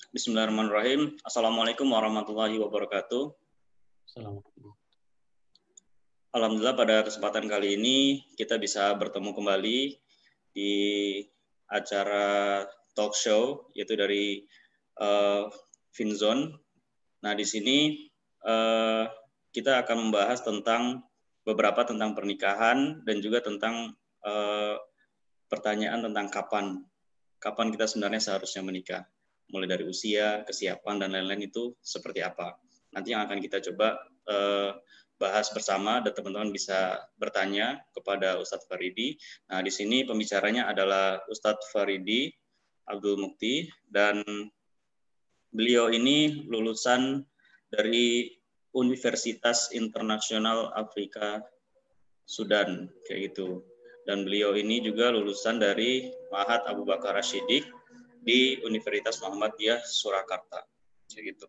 Bismillahirrahmanirrahim. Assalamualaikum warahmatullahi wabarakatuh. Assalamualaikum. Alhamdulillah pada kesempatan kali ini kita bisa bertemu kembali di acara talk show yaitu dari Finzone. Nah di sini kita akan membahas tentang beberapa tentang pernikahan dan juga tentang pertanyaan tentang kapan kita sebenarnya seharusnya menikah. Mulai dari usia, kesiapan, dan lain-lain itu seperti apa. Nanti yang akan kita coba bahas bersama dan teman-teman bisa bertanya kepada Ustadz Faridi. Nah, di sini pembicaranya adalah Ustadz Faridi Abdul Mukti dan beliau ini lulusan dari Universitas Internasional Afrika Sudan, kayak gitu. Dan beliau ini juga lulusan dari Ma'had Abu Bakar As-Siddiq di Universitas Muhammadiyah Surakarta, gitu.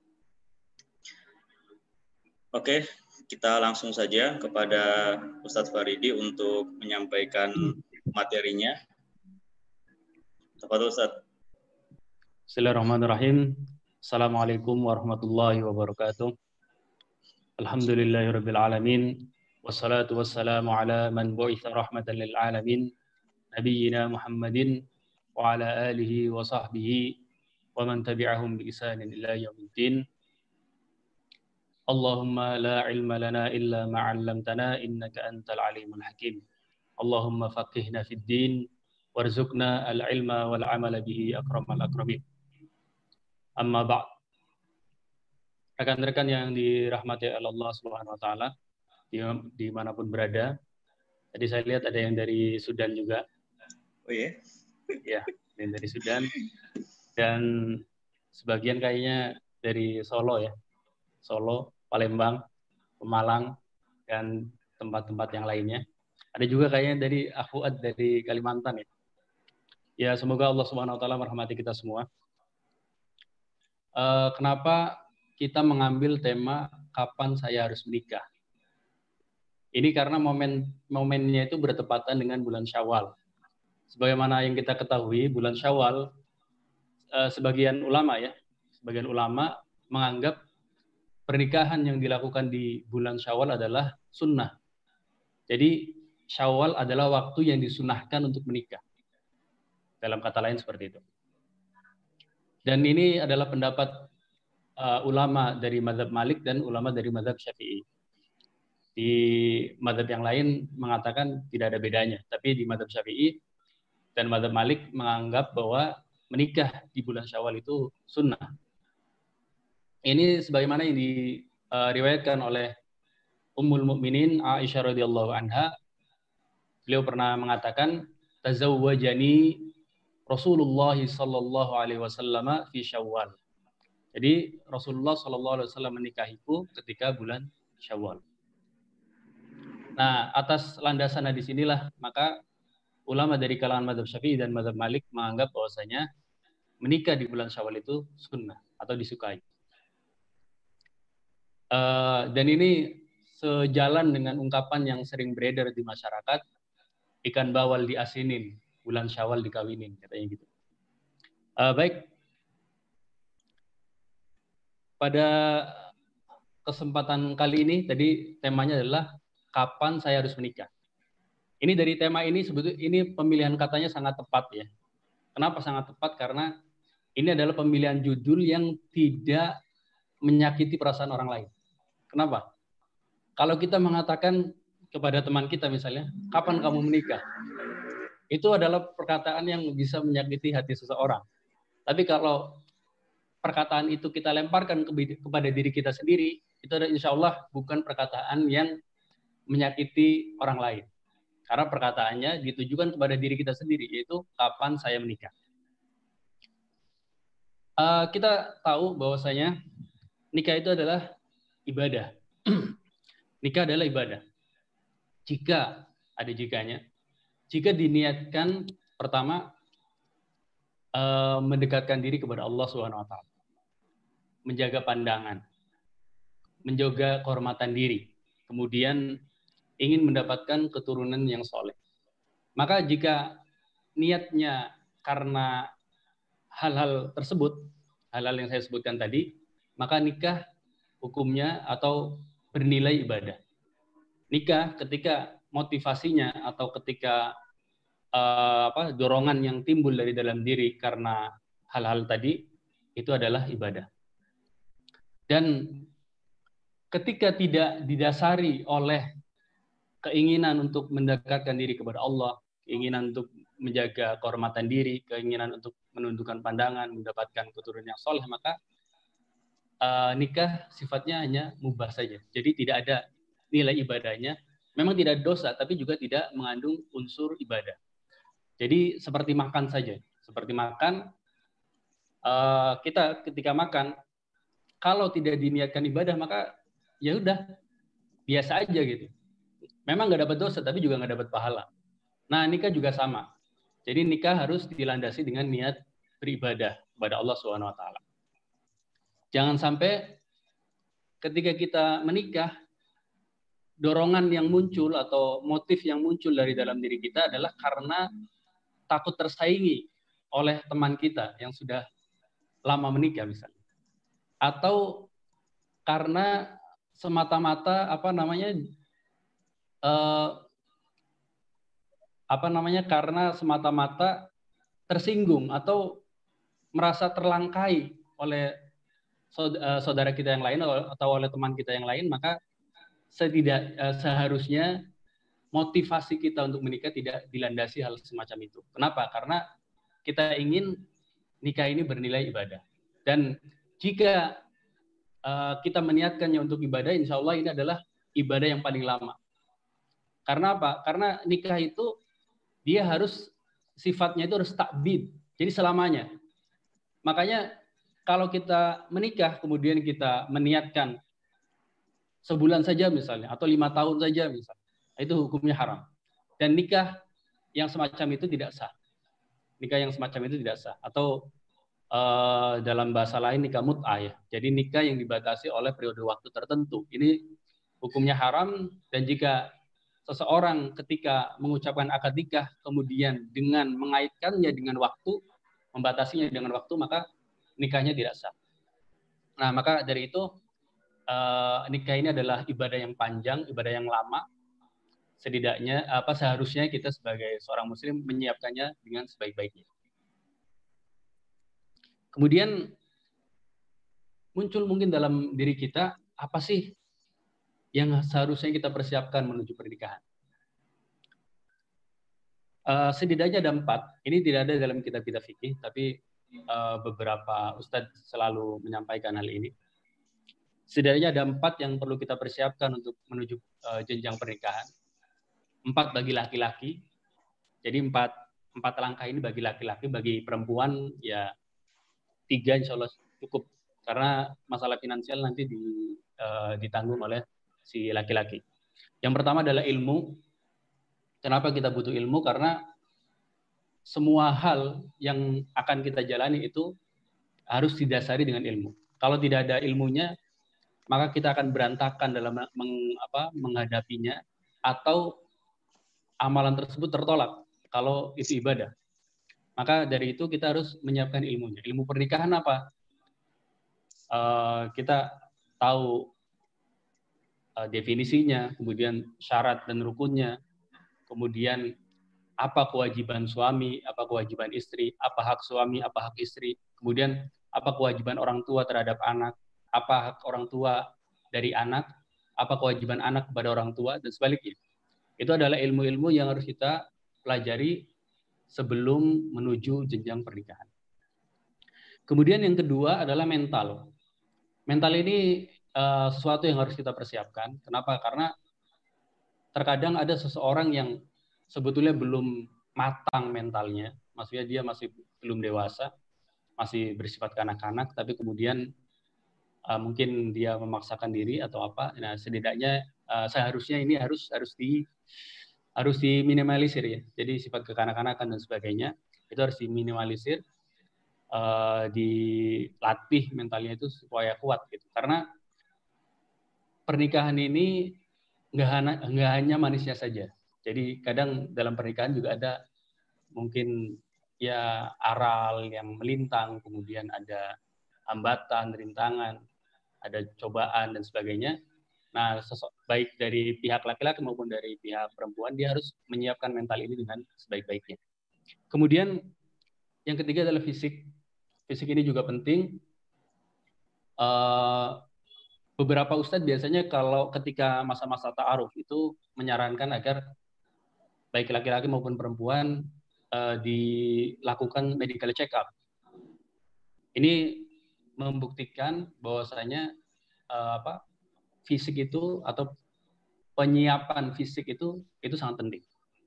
Oke, kita langsung saja kepada Ustadz Faridi untuk menyampaikan materinya. Tafadhol Ustadz. Bismillahirrahmanirrahim. Assalamualaikum warahmatullahi wabarakatuh. Alhamdulillahirabbil alamin. Wassalatu wassalamu ala man bu'itsa rahmatan lil alamin. Nabiyyina Muhammadin wa ala alihi wa sahbihi wa man tabi'ahum bi ihsanin ila yaumiddin. Allahumma la ilma lana illa ma 'allamtana innaka antal alimul hakim. Allahumma faqihna fid din warzuqna al-ilma wal 'amala bihi akramal akramin. Amma ba'd. Rekan-rekan yang dirahmati Allah Subhanahu wa taala dimanapun berada. Tadi saya lihat ada yang dari Sudan juga. Oh iya? Ya, yang dari Sudan. Dan sebagian kayaknya dari Solo ya. Solo, Palembang, Pemalang, dan tempat-tempat yang lainnya. Ada juga kayaknya dari Akhwat dari Kalimantan ya. Ya, semoga Allah Subhanahu wa taala merahmati kita semua. Kenapa kita mengambil tema kapan saya harus menikah? Ini karena momennya itu bertepatan dengan bulan Syawal. Sebagaimana yang kita ketahui, bulan Syawal, sebagian ulama menganggap pernikahan yang dilakukan di bulan Syawal adalah sunnah. Jadi Syawal adalah waktu yang disunahkan untuk menikah. Dalam kata lain seperti itu. Dan ini adalah pendapat ulama dari mazhab Malik dan ulama dari mazhab Syafi'i. Di mazhab yang lain mengatakan tidak ada bedanya. Tapi di mazhab Syafi'i dan mazhab Malik menganggap bahwa menikah di bulan Syawal itu sunnah. Ini sebagaimana yang diriwayatkan oleh Ummul Mukminin Aisyah radhiyallahu anha. Beliau pernah mengatakan, tazawwajani Rasulullah sallallahu alaihi wasallam fi Syawal. Jadi Rasulullah sallallahu alaihi wasallam menikahiku ketika bulan Syawal. Nah, atas landasan hadis inilah maka ulama dari kalangan mazhab Syafi'i dan mazhab Malik menganggap bahwasanya menikah di bulan Syawal itu sunnah atau disukai. Dan ini sejalan dengan ungkapan yang sering beredar di masyarakat, ikan bawal diasinin, bulan Syawal dikawinin, katanya gitu. Baik, pada kesempatan kali ini tadi temanya adalah kapan saya harus menikah. Ini dari tema ini sebetulnya ini pemilihan katanya sangat tepat ya. Kenapa sangat tepat? Karena ini adalah pemilihan judul yang tidak menyakiti perasaan orang lain. Kenapa? Kalau kita mengatakan kepada teman kita misalnya, kapan kamu menikah? Itu adalah perkataan yang bisa menyakiti hati seseorang. Tapi kalau perkataan itu kita lemparkan kepada diri kita sendiri, itu adalah insya Allah bukan perkataan yang menyakiti orang lain. Karena perkataannya ditujukan kepada diri kita sendiri, yaitu kapan saya menikah. Kita tahu bahwasanya nikah itu adalah ibadah. Nikah adalah ibadah. Jika ada jikanya, jika diniatkan pertama mendekatkan diri kepada Allah Subhanahu wa taala. Menjaga pandangan, menjaga kehormatan diri, kemudian ingin mendapatkan keturunan yang soleh. Maka jika niatnya karena hal-hal tersebut, hal-hal yang saya sebutkan tadi, maka nikah hukumnya atau bernilai ibadah. Nikah ketika motivasinya atau ketika dorongan yang timbul dari dalam diri karena hal-hal tadi itu adalah ibadah. Dan ketika tidak didasari oleh keinginan untuk mendekatkan diri kepada Allah, keinginan untuk menjaga kehormatan diri, keinginan untuk menundukkan pandangan, mendapatkan keturunan yang soleh, maka nikah sifatnya hanya mubah saja. Jadi tidak ada nilai ibadahnya. Memang tidak dosa, tapi juga tidak mengandung unsur ibadah. Jadi seperti makan saja. Seperti makan, kita ketika makan, kalau tidak diniatkan ibadah, maka ya udah biasa aja gitu. Memang nggak dapat dosa, tapi juga nggak dapat pahala. Nah, nikah juga sama. Jadi nikah harus dilandasi dengan niat beribadah kepada Allah SWT. Jangan sampai ketika kita menikah, dorongan yang muncul atau motif yang muncul dari dalam diri kita adalah karena takut tersaingi oleh teman kita yang sudah lama menikah misalnya. Atau karena semata-mata karena semata-mata tersinggung atau merasa terlangkai oleh saudara kita yang lain atau oleh teman kita yang lain, maka seharusnya motivasi kita untuk menikah tidak dilandasi hal semacam itu. Kenapa? Karena kita ingin nikah ini bernilai ibadah. Dan jika kita meniatkannya untuk ibadah, insya Allah ini adalah ibadah yang paling lama. Karena apa? Karena nikah itu dia harus sifatnya itu harus ta'bid. Jadi selamanya. Makanya kalau kita menikah kemudian kita meniatkan sebulan saja misalnya atau 5 tahun saja misalnya, itu hukumnya haram. Dan nikah yang semacam itu tidak sah. Nikah yang semacam itu tidak sah. Atau dalam bahasa lain nikah mut'ah ya. Jadi nikah yang dibatasi oleh periode waktu tertentu. Ini hukumnya haram, dan jika seseorang ketika mengucapkan akad nikah kemudian dengan mengaitkannya dengan waktu, membatasinya dengan waktu, maka nikahnya tidak sah. Nah, maka dari itu nikah ini adalah ibadah yang panjang, ibadah yang lama. Setidaknya seharusnya kita sebagai seorang muslim menyiapkannya dengan sebaik-baiknya. Kemudian muncul mungkin dalam diri kita, apa sih yang seharusnya kita persiapkan menuju pernikahan? Setidaknya ada 4. Ini tidak ada dalam kitab-kitab fikih, tapi beberapa ustadz selalu menyampaikan hal ini. Setidaknya ada 4 yang perlu kita persiapkan untuk menuju jenjang pernikahan. 4 bagi laki-laki. Jadi 4 langkah ini bagi laki-laki, bagi perempuan ya 3 insya Allah cukup. Karena masalah finansial nanti ditanggung oleh si laki-laki. Yang pertama adalah ilmu. Kenapa kita butuh ilmu? Karena semua hal yang akan kita jalani itu harus didasari dengan ilmu. Kalau tidak ada ilmunya, maka kita akan berantakan dalam menghadapinya, atau amalan tersebut tertolak kalau itu ibadah. Maka dari itu kita harus menyiapkan ilmunya. Ilmu pernikahan apa? Kita tahu definisinya, kemudian syarat dan rukunnya, kemudian apa kewajiban suami, apa kewajiban istri, apa hak suami, apa hak istri, kemudian apa kewajiban orang tua terhadap anak, apa hak orang tua dari anak, apa kewajiban anak kepada orang tua, dan sebaliknya. Itu adalah ilmu-ilmu yang harus kita pelajari sebelum menuju jenjang pernikahan. Kemudian yang kedua adalah mental. Mental ini sesuatu yang harus kita persiapkan. Kenapa? Karena terkadang ada seseorang yang sebetulnya belum matang mentalnya, maksudnya dia masih belum dewasa, masih bersifat kanak-kanak, tapi kemudian mungkin dia memaksakan diri atau apa. Nah, setidaknya seharusnya ini harus diminimalisir ya. Jadi sifat kekanak-kanakan dan sebagainya itu harus diminimalisir, dilatih mentalnya itu supaya kuat gitu. Karena pernikahan ini nggak hanya manisnya saja. Jadi kadang dalam pernikahan juga ada mungkin ya aral yang melintang, kemudian ada hambatan, rintangan, ada cobaan dan sebagainya. Nah, baik dari pihak laki-laki maupun dari pihak perempuan, dia harus menyiapkan mental ini dengan sebaik-baiknya. Kemudian yang ketiga adalah fisik. Fisik ini juga penting. Beberapa ustadz biasanya kalau ketika masa-masa ta'aruf itu menyarankan agar baik laki-laki maupun perempuan dilakukan medical check-up. Ini membuktikan bahwasanya fisik itu atau penyiapan fisik itu sangat penting.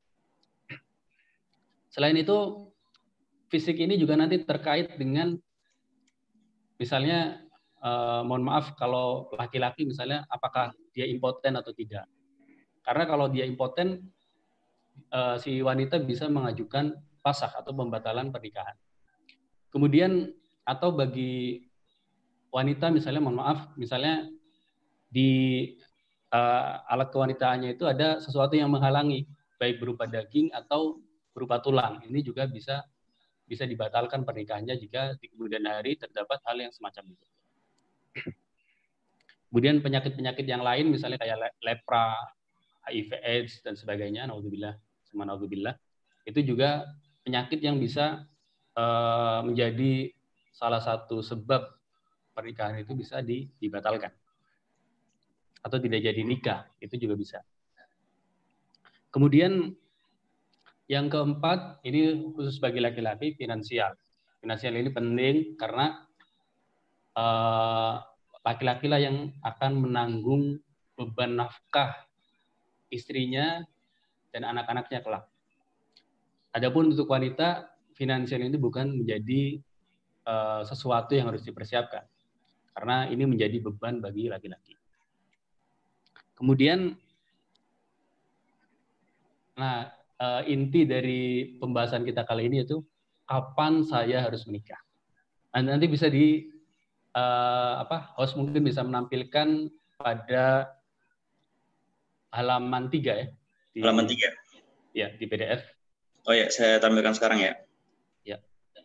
Selain itu, fisik ini juga nanti terkait dengan misalnya mohon maaf kalau laki-laki misalnya apakah dia impoten atau tidak. Karena kalau dia impoten, si wanita bisa mengajukan fasakh atau pembatalan pernikahan. Kemudian atau bagi wanita misalnya mohon maaf, misalnya di alat kewanitaannya itu ada sesuatu yang menghalangi, baik berupa daging atau berupa tulang. Ini juga bisa dibatalkan pernikahannya jika di kemudian hari terdapat hal yang semacam itu. Kemudian penyakit-penyakit yang lain misalnya kayak lepra, HIV/AIDS dan sebagainya, naudzubillah, itu juga penyakit yang bisa menjadi salah satu sebab pernikahan itu bisa dibatalkan atau tidak jadi nikah, itu juga bisa. Kemudian yang keempat, ini khusus bagi laki-laki, finansial. Finansial ini penting karena laki-laki lah yang akan menanggung beban nafkah istrinya dan anak-anaknya kelak. Adapun untuk wanita, finansial itu bukan menjadi sesuatu yang harus dipersiapkan, karena ini menjadi beban bagi laki-laki. Kemudian, inti dari pembahasan kita kali ini itu kapan saya harus menikah. Nanti bisa host mungkin bisa menampilkan pada halaman 3 ya. Halaman 3? Ya, di PDF. Oh ya, saya tampilkan sekarang ya. Ya.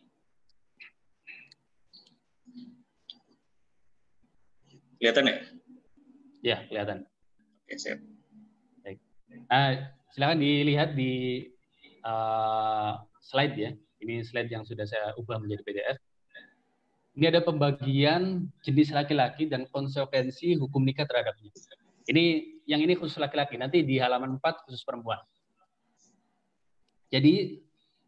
Kelihatan ya? Ya, kelihatan. Oke, siap. Baik. Silakan dilihat di slide ya. Ini slide yang sudah saya ubah menjadi PDF. Ini ada pembagian jenis laki-laki dan konsekuensi hukum nikah terhadapnya. Yang ini khusus laki-laki, nanti di halaman 4 khusus perempuan. Jadi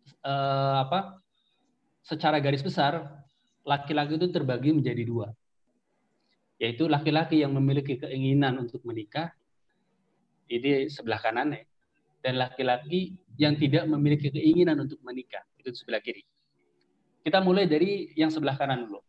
secara garis besar laki-laki itu terbagi menjadi 2. Yaitu laki-laki yang memiliki keinginan untuk menikah, ini sebelah kanannya, dan laki-laki yang tidak memiliki keinginan untuk menikah, itu sebelah kiri. Kita mulai dari yang sebelah kanan dulu.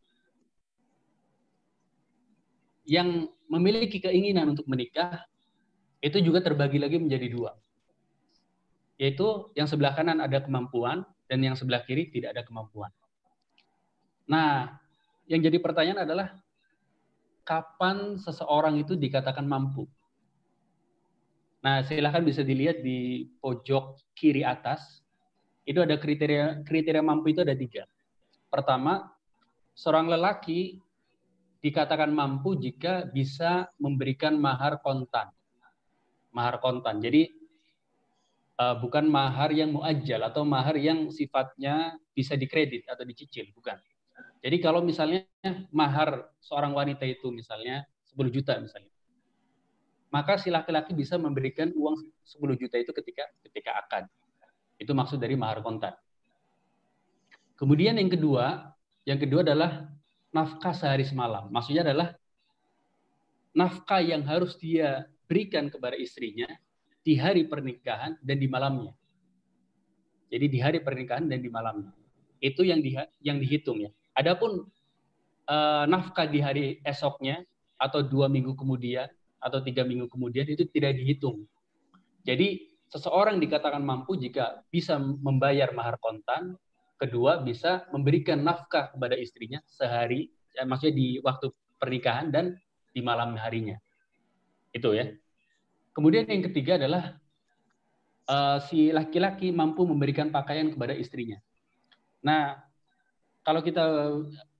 Yang memiliki keinginan untuk menikah, itu juga terbagi lagi menjadi 2. Yaitu yang sebelah kanan ada kemampuan, dan yang sebelah kiri tidak ada kemampuan. Nah, yang jadi pertanyaan adalah, kapan seseorang itu dikatakan mampu? Nah, silakan bisa dilihat di pojok kiri atas, itu ada kriteria mampu itu ada 3. Pertama, seorang lelaki dikatakan mampu jika bisa memberikan mahar kontan. Mahar kontan. Jadi bukan mahar yang muajjal atau mahar yang sifatnya bisa dikredit atau dicicil, bukan. Jadi kalau misalnya mahar seorang wanita itu misalnya 10 juta misalnya, maka si laki-laki bisa memberikan uang 10 juta itu ketika akad. Itu maksud dari mahar kontan. Kemudian yang kedua adalah nafkah sehari semalam. Maksudnya adalah nafkah yang harus dia berikan kepada istrinya di hari pernikahan dan di malamnya. Jadi di hari pernikahan dan di malamnya. Itu yang dihitung ya. Adapun nafkah di hari esoknya atau 2 minggu kemudian atau 3 minggu kemudian itu tidak dihitung. Jadi seseorang dikatakan mampu jika bisa membayar mahar kontan, kedua bisa memberikan nafkah kepada istrinya sehari, maksudnya di waktu pernikahan dan di malam harinya. Itu ya. Kemudian yang ketiga adalah si laki-laki mampu memberikan pakaian kepada istrinya. Nah, kalau kita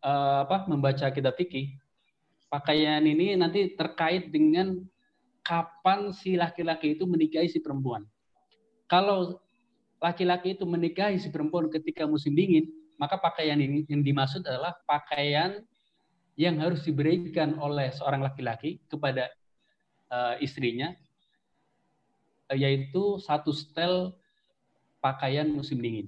membaca kitab fikih, pakaian ini nanti terkait dengan kapan si laki-laki itu menikahi si perempuan. Kalau laki-laki itu menikahi si perempuan ketika musim dingin, maka pakaian ini yang dimaksud adalah pakaian yang harus diberikan oleh seorang laki-laki kepada istrinya, yaitu satu setel pakaian musim dingin.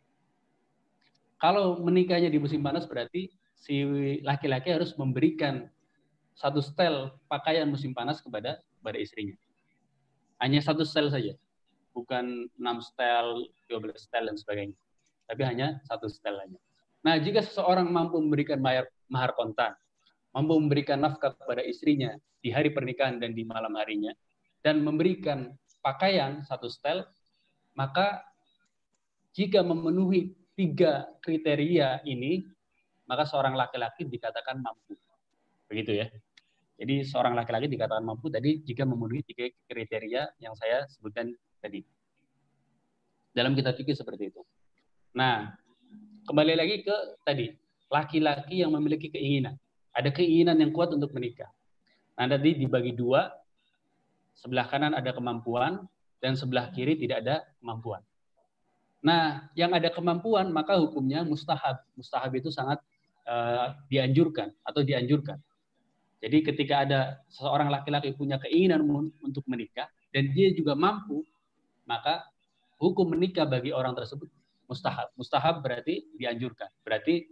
Kalau menikahnya di musim panas berarti si laki-laki harus memberikan satu setel pakaian musim panas kepada istrinya. Hanya satu setel saja, bukan 6 setel, 12 setel dan sebagainya. Tapi hanya satu setel saja. Nah, jika seseorang mampu memberikan mahar kontan, mampu memberikan nafkah kepada istrinya di hari pernikahan dan di malam harinya, dan memberikan pakaian satu setel, maka jika memenuhi 3 kriteria ini, maka seorang laki-laki dikatakan mampu. Begitu ya. Jadi seorang laki-laki dikatakan mampu tadi jika memenuhi 3 kriteria yang saya sebutkan tadi. Dalam kitab fikih seperti itu. Nah, kembali lagi ke tadi, laki-laki yang memiliki keinginan. Ada keinginan yang kuat untuk menikah. Nah, tadi dibagi 2, sebelah kanan ada kemampuan, dan sebelah kiri tidak ada kemampuan. Nah, yang ada kemampuan maka hukumnya mustahab. Mustahab itu sangat dianjurkan atau dianjurkan. Jadi ketika ada seseorang laki-laki punya keinginan untuk menikah dan dia juga mampu, maka hukum menikah bagi orang tersebut mustahab. Mustahab berarti dianjurkan. Berarti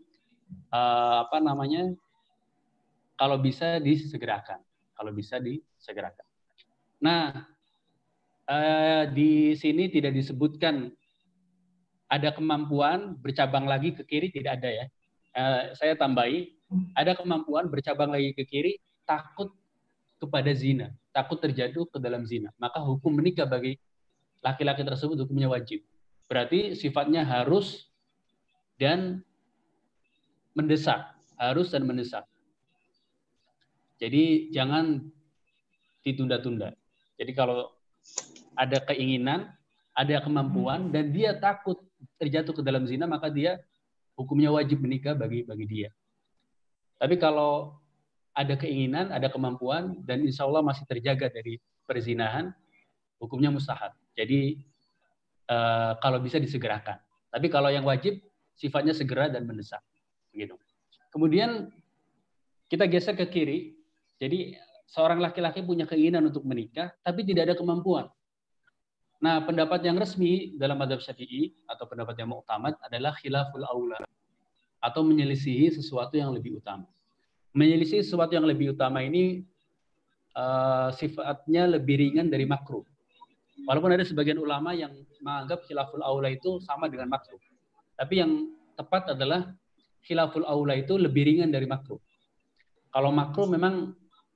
kalau bisa disegerakan. Kalau bisa disegerakan. Nah, di sini tidak disebutkan ada kemampuan bercabang lagi ke kiri, tidak ada ya. Saya tambahi, ada kemampuan bercabang lagi ke kiri, takut kepada zina, takut terjatuh ke dalam zina. Maka hukum menikah bagi laki-laki tersebut hukumnya wajib. Berarti sifatnya harus dan mendesak, harus dan mendesak. Jadi jangan ditunda-tunda. Jadi kalau ada keinginan, ada kemampuan, dan dia takut terjatuh ke dalam zina, maka dia hukumnya wajib menikah bagi dia. Tapi kalau ada keinginan, ada kemampuan, dan insya Allah masih terjaga dari perzinahan, hukumnya mustahab. Jadi kalau bisa disegerakan. Tapi kalau yang wajib, sifatnya segera dan mendesak. Begitu. Kemudian kita geser ke kiri. Jadi seorang laki-laki punya keinginan untuk menikah, tapi tidak ada kemampuan. Nah, pendapat yang resmi dalam mazhab Syafi'i atau pendapat yang mu'tamad adalah khilaful aula atau menyelisihi sesuatu yang lebih utama. Menyelisihi sesuatu yang lebih utama ini sifatnya lebih ringan dari makruh. Walaupun ada sebagian ulama yang menganggap khilaful aula itu sama dengan makruh. Tapi yang tepat adalah khilaful aula itu lebih ringan dari makruh. Kalau makruh memang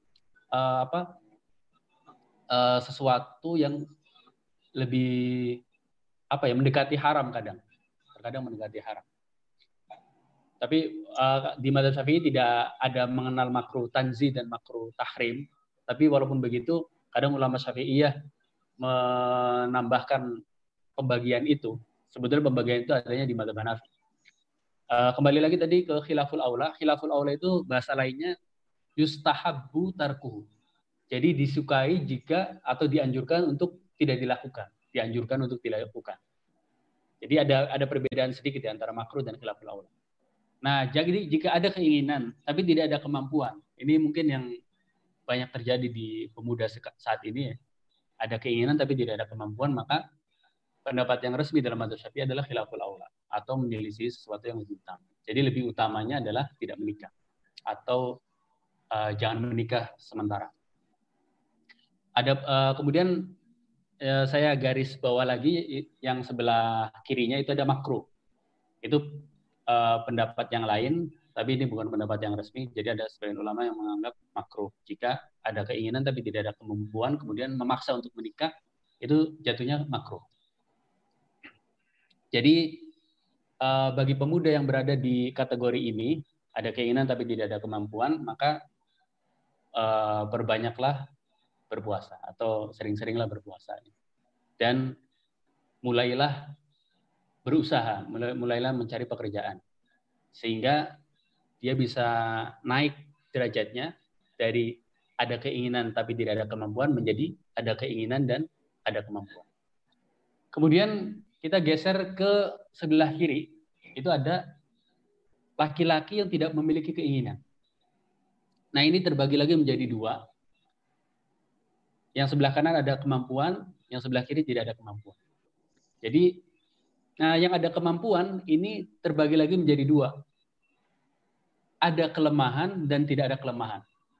sesuatu yang lebih mendekati haram terkadang mendekati haram. Tapi di mazhab Syafi'i tidak ada mengenal makruh tanzih dan makruh tahrim. Tapi walaupun begitu, kadang ulama Syafi'iyah menambahkan pembagian itu. Sebetulnya pembagian itu adanya di mazhab Hanafi. Kembali lagi tadi ke khilaful aula. Khilaful aula itu bahasa lainnya yustahabbu tarkuhu. Jadi disukai jika atau dianjurkan untuk tidak dilakukan, dianjurkan untuk tidak dilakukan. Jadi ada perbedaan sedikit di antara makruh dan khilaful aula. Nah, jadi jika ada keinginan tapi tidak ada kemampuan, ini mungkin yang banyak terjadi di pemuda saat ini ya. Ada keinginan tapi tidak ada kemampuan, maka pendapat yang resmi dalam mazhab Syafi'i adalah khilaful aula atau menyelisih sesuatu yang lebih utama. Jadi lebih utamanya adalah tidak menikah atau jangan menikah sementara. Ada kemudian saya garis bawah lagi yang sebelah kirinya itu ada makruh. Itu pendapat yang lain, tapi ini bukan pendapat yang resmi. Jadi ada sebagian ulama yang menganggap makruh jika ada keinginan tapi tidak ada kemampuan, kemudian memaksa untuk menikah, itu jatuhnya makruh. Jadi bagi pemuda yang berada di kategori ini, ada keinginan tapi tidak ada kemampuan, maka perbanyaklah berpuasa atau sering-seringlah berpuasa. Dan mulailah berusaha, mulailah mencari pekerjaan. Sehingga dia bisa naik derajatnya dari ada keinginan tapi tidak ada kemampuan menjadi ada keinginan dan ada kemampuan. Kemudian kita geser ke sebelah kiri, itu ada laki-laki yang tidak memiliki keinginan. Nah, ini terbagi lagi menjadi dua. Yang sebelah kanan ada kemampuan, yang sebelah kiri tidak ada kemampuan. Jadi, nah yang ada kemampuan ini terbagi lagi menjadi dua. Ada kelemahan dan tidak ada kelemahan.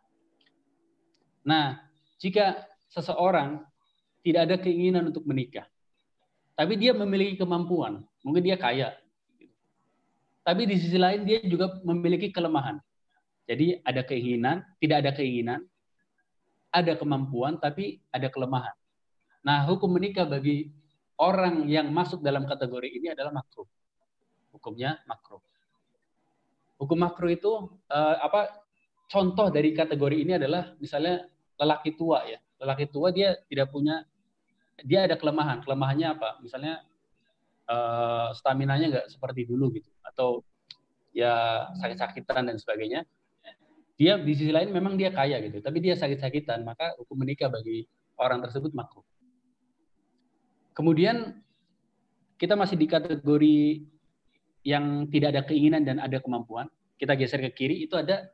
Nah, jika seseorang tidak ada keinginan untuk menikah, tapi dia memiliki kemampuan, mungkin dia kaya, tapi di sisi lain dia juga memiliki kelemahan. Jadi ada keinginan, tidak ada keinginan, ada kemampuan, tapi ada kelemahan. Nah, hukum menikah bagi orang yang masuk dalam kategori ini adalah makruh. Hukumnya makruh. Hukum makruh itu contoh dari kategori ini adalah misalnya lelaki tua ya. Lelaki tua dia tidak punya, dia ada kelemahan. Kelemahannya apa? Misalnya staminanya nggak seperti dulu gitu, atau ya sakit-sakitan dan sebagainya. Dia di sisi lain memang dia kaya gitu, tapi dia sakit-sakitan, maka hukum menikah bagi orang tersebut makruh. Kemudian kita masih di kategori yang tidak ada keinginan dan ada kemampuan. Kita geser ke kiri, itu ada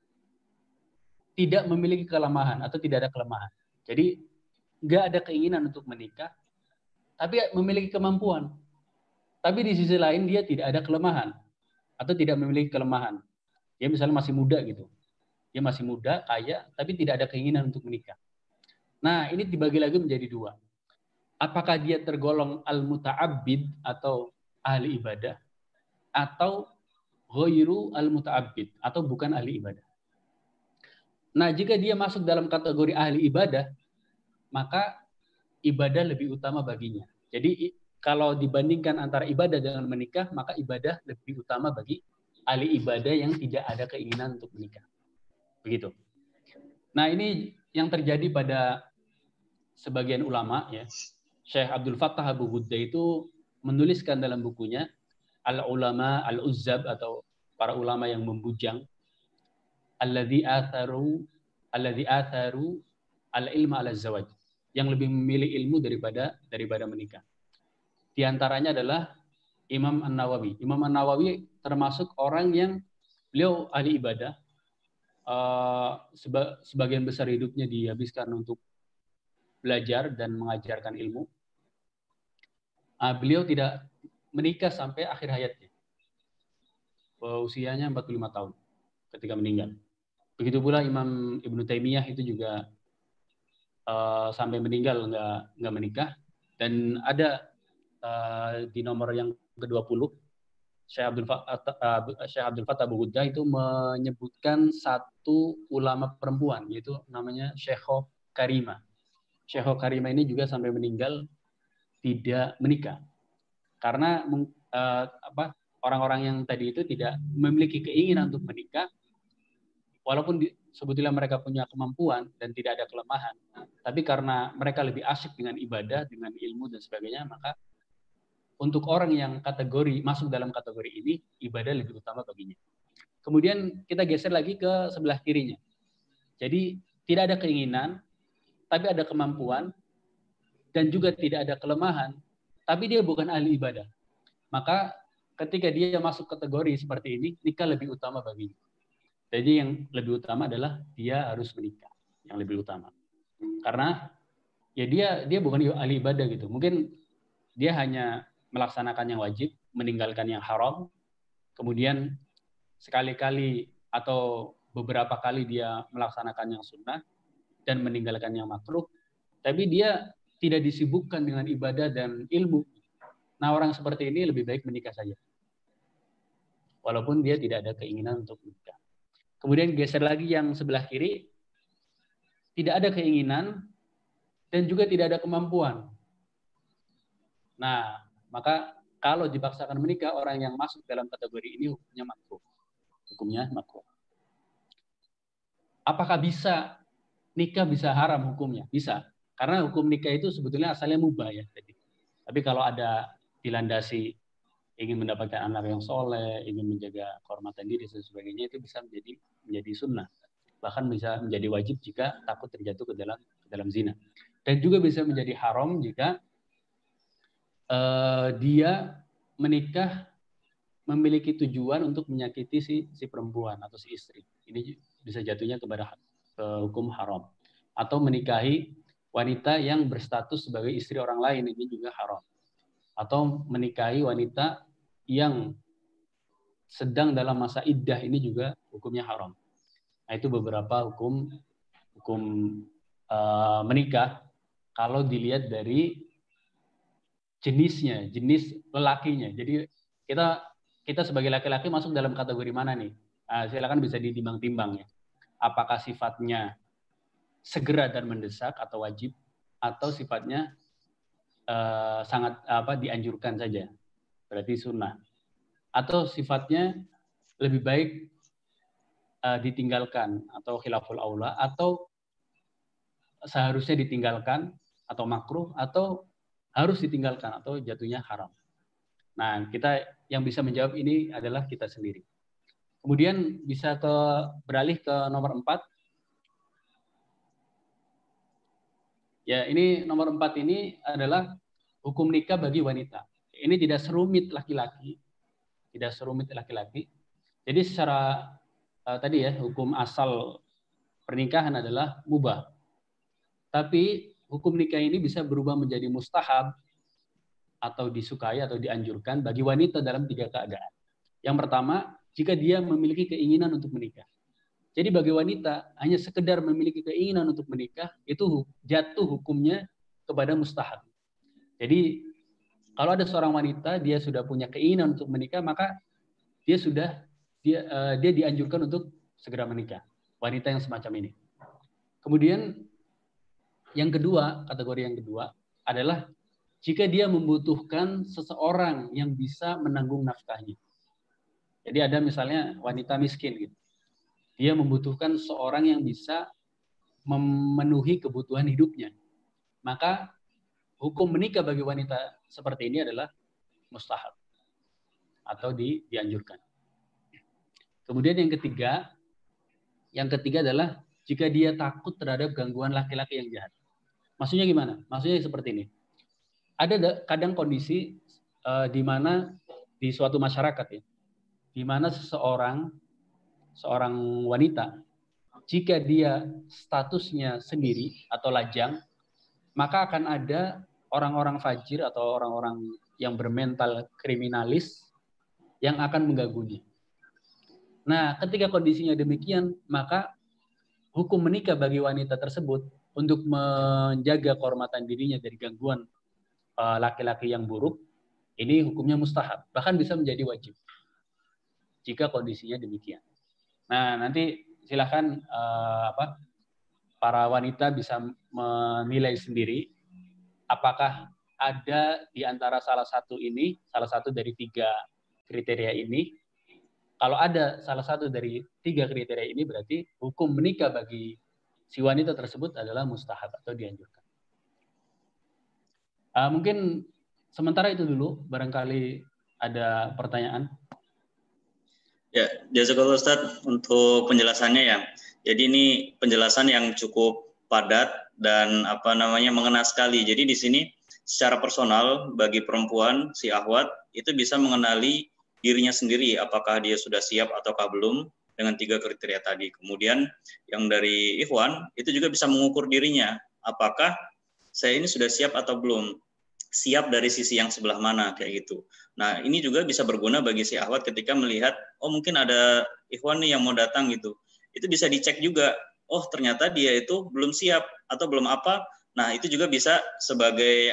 tidak memiliki kelemahan atau tidak ada kelemahan. Jadi nggak ada keinginan untuk menikah, tapi memiliki kemampuan. Tapi di sisi lain dia tidak ada kelemahan atau tidak memiliki kelemahan. Dia misalnya masih muda gitu. Dia masih muda, kaya, tapi tidak ada keinginan untuk menikah. Nah, ini dibagi lagi menjadi dua. Apakah dia tergolong al-muta'abbid atau ahli ibadah, atau ghairu al-muta'abbid atau bukan ahli ibadah. Nah, jika dia masuk dalam kategori ahli ibadah, maka ibadah lebih utama baginya. Jadi kalau dibandingkan antara ibadah dengan menikah, maka ibadah lebih utama bagi ahli ibadah yang tidak ada keinginan untuk menikah. Begitu. Nah, ini yang terjadi pada sebagian ulama ya. Syekh Abdul Fattah Abu Ghudda itu menuliskan dalam bukunya Al-Ulama Al-Uzzab atau para ulama yang membujang, alladzi atharu al-ilma ala zawaj, yang lebih memilih ilmu daripada menikah. Di antaranya adalah Imam An-Nawawi. Imam An-Nawawi termasuk orang yang beliau ahli ibadah. Sebagian besar hidupnya dihabiskan untuk belajar dan mengajarkan ilmu. Beliau tidak menikah sampai akhir hayatnya. Usianya 45 tahun ketika meninggal. Begitu pula Imam Ibnu Taimiyah itu juga sampai meninggal nggak menikah. Dan ada di nomor yang ke-20, Syekh Abdul Fattah Abu Ghudda itu menyebutkan satu ulama perempuan, yaitu namanya Syekho Karima. Syekho Karima ini juga sampai meninggal tidak menikah. Karena orang-orang yang tadi itu tidak memiliki keinginan untuk menikah, walaupun sebetulnya mereka punya kemampuan dan tidak ada kelemahan, tapi karena mereka lebih asyik dengan ibadah, dengan ilmu dan sebagainya, maka untuk orang yang masuk dalam kategori ini, ibadah lebih utama baginya. Kemudian kita geser lagi ke sebelah kirinya. Jadi tidak ada keinginan, tapi ada kemampuan, dan juga tidak ada kelemahan, tapi dia bukan ahli ibadah. Maka ketika dia masuk kategori seperti ini, nikah lebih utama baginya. Jadi yang lebih utama adalah dia harus menikah, yang lebih utama. Karena ya dia bukan ahli ibadah gitu. Mungkin dia hanya melaksanakan yang wajib, meninggalkan yang haram, kemudian sekali-kali atau beberapa kali dia melaksanakan yang sunnah dan meninggalkan yang makruh, tapi dia tidak disibukkan dengan ibadah dan ilmu. Nah, orang seperti ini lebih baik menikah saja, walaupun dia tidak ada keinginan untuk menikah. Kemudian geser lagi yang sebelah kiri, tidak ada keinginan dan juga tidak ada kemampuan. Nah, maka kalau dipaksakan menikah, orang yang masuk dalam kategori ini hukumnya makruh. Hukumnya makruh. Apakah bisa nikah bisa haram hukumnya? Bisa. Karena hukum nikah itu sebetulnya asalnya mubah ya. Tapi kalau ada dilandasi ingin mendapatkan anak yang soleh, ingin menjaga kehormatan diri dan sebagainya, itu bisa menjadi sunnah. Bahkan bisa menjadi wajib jika takut terjatuh ke dalam zina. Dan juga bisa menjadi haram jika dia menikah memiliki tujuan untuk menyakiti si perempuan atau si istri. Ini bisa jatuhnya kepada hukum haram. Atau menikahi wanita yang berstatus sebagai istri orang lain, ini juga haram. Atau menikahi wanita yang sedang dalam masa iddah, ini juga hukumnya haram. Nah, itu beberapa hukum menikah kalau dilihat dari jenisnya, jenis lelakinya. Jadi kita sebagai laki-laki masuk dalam kategori mana nih? Silakan bisa ditimbang-timbang ya. Apakah sifatnya segera dan mendesak atau wajib, atau sifatnya sangat dianjurkan saja, berarti sunnah, atau sifatnya lebih baik ditinggalkan atau khilaful aula, atau seharusnya ditinggalkan atau makruh, atau harus ditinggalkan atau jatuhnya haram. Nah, kita yang bisa menjawab ini adalah kita sendiri. Kemudian bisa beralih ke nomor 4. Ya, ini nomor 4 ini adalah hukum nikah bagi wanita. Ini tidak serumit laki-laki. Tidak serumit laki-laki. Jadi secara tadi ya, hukum asal pernikahan adalah mubah. Tapi hukum nikah ini bisa berubah menjadi mustahab atau disukai atau dianjurkan bagi wanita dalam 3 keadaan. Yang pertama, jika dia memiliki keinginan untuk menikah. Jadi bagi wanita, hanya sekedar memiliki keinginan untuk menikah, itu jatuh hukumnya kepada mustahab. Jadi kalau ada seorang wanita, dia sudah punya keinginan untuk menikah, maka dia dianjurkan untuk segera menikah. Wanita yang semacam ini. Kemudian yang kedua, kategori yang kedua adalah jika dia membutuhkan seseorang yang bisa menanggung nafkahnya. Jadi ada misalnya wanita miskin gitu. Dia membutuhkan seorang yang bisa memenuhi kebutuhan hidupnya. Maka hukum menikah bagi wanita seperti ini adalah mustahab atau dianjurkan. Kemudian yang ketiga adalah jika dia takut terhadap gangguan laki-laki yang jahat. Maksudnya gimana? Maksudnya seperti ini. Ada kadang kondisi di mana di suatu masyarakat ya, di mana seorang wanita, jika dia statusnya sendiri atau lajang, maka akan ada orang-orang fajir atau orang-orang yang bermental kriminalis yang akan mengganggunya. Nah, ketika kondisinya demikian, maka hukum menikah bagi wanita tersebut untuk menjaga kehormatan dirinya dari gangguan laki-laki yang buruk, ini hukumnya mustahab, bahkan bisa menjadi wajib jika kondisinya demikian. Nah, nanti silakan para wanita bisa menilai sendiri apakah ada di antara salah satu dari 3 kriteria ini. Kalau ada salah satu dari 3 kriteria ini, berarti hukum menikah bagi si wanita tersebut adalah mustahab atau dianjurkan. Mungkin sementara itu dulu, barangkali ada pertanyaan. Ya, jazakallah Ustaz untuk penjelasannya ya. Jadi ini penjelasan yang cukup padat dan mengena sekali. Jadi di sini secara personal bagi perempuan si akhwat itu bisa mengenali dirinya sendiri apakah dia sudah siap ataukah belum dengan 3 kriteria tadi. Kemudian yang dari ikhwan itu juga bisa mengukur dirinya apakah saya ini sudah siap atau belum. Siap dari sisi yang sebelah mana kayak gitu. Nah, ini juga bisa berguna bagi si akhwat ketika melihat mungkin ada ikhwan nih yang mau datang gitu. Itu bisa dicek juga. Oh, ternyata dia itu belum siap atau belum apa. Nah, itu juga bisa sebagai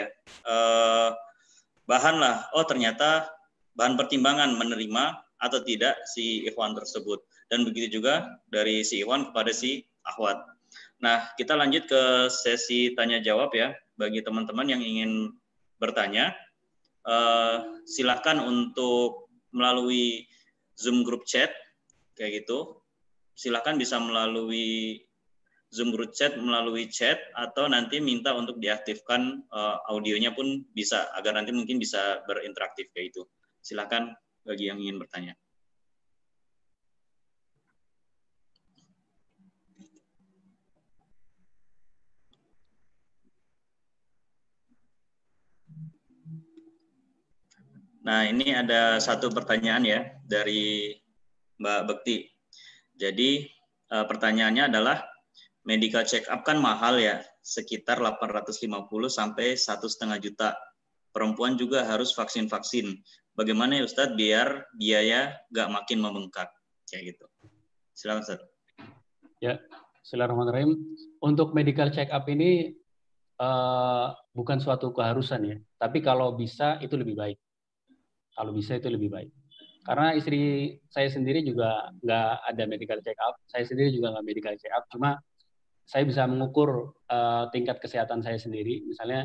bahan lah. Oh, ternyata bahan pertimbangan menerima atau tidak si ikhwan tersebut. Dan begitu juga dari si ikhwan kepada si akhwat. Nah, kita lanjut ke sesi tanya jawab ya. Bagi teman-teman yang ingin bertanya, silakan untuk melalui Zoom group chat, kayak gitu. Silakan bisa melalui Zoom group chat, melalui chat, atau nanti minta untuk diaktifkan audionya pun bisa, agar nanti mungkin bisa berinteraktif kayak itu. Silakan bagi yang ingin bertanya. Nah, ini ada satu pertanyaan ya dari Mbak Bekti. Jadi pertanyaannya adalah medical check up kan mahal ya, sekitar 850 sampai 1,5 juta. Perempuan juga harus vaksin-vaksin. Bagaimana ya Ustadz biar biaya nggak makin membengkak kayak gitu. Silakan Ustadz. Ya, Bismillahirrahmanirrahim. Untuk medical check up ini bukan suatu keharusan ya, tapi kalau bisa itu lebih baik. Kalau bisa itu lebih baik. Karena istri saya sendiri juga nggak ada medical check up, saya sendiri juga nggak medical check up, cuma saya bisa mengukur tingkat kesehatan saya sendiri. Misalnya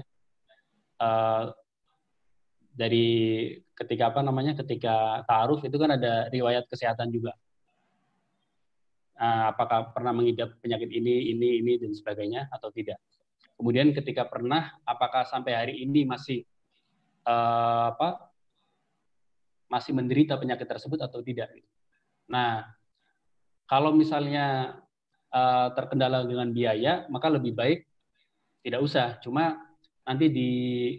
dari ketika ketika ta'aruf itu kan ada riwayat kesehatan juga. Apakah pernah mengidap penyakit ini dan sebagainya atau tidak. Kemudian ketika pernah, apakah sampai hari ini masih masih menderita penyakit tersebut atau tidak. Nah, kalau misalnya terkendala dengan biaya, maka lebih baik tidak usah. Cuma nanti di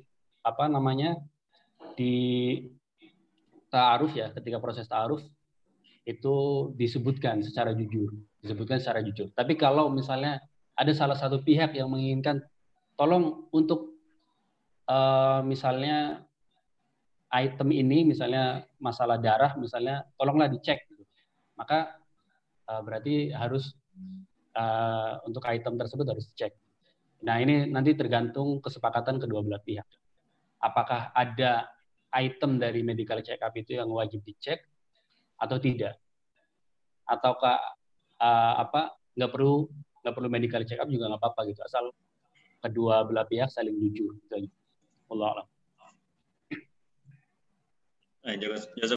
di ta'aruf ya, ketika proses ta'aruf itu disebutkan secara jujur. Tapi kalau misalnya ada salah satu pihak yang menginginkan tolong untuk misalnya item ini, misalnya masalah darah, misalnya tolonglah dicek, maka berarti harus untuk item tersebut harus dicek. Nah ini nanti tergantung kesepakatan kedua belah pihak. Apakah ada item dari medical check up itu yang wajib dicek atau tidak? Ataukah nggak perlu medical check up juga nggak apa-apa gitu, asal kedua belah pihak saling jujur. Allah.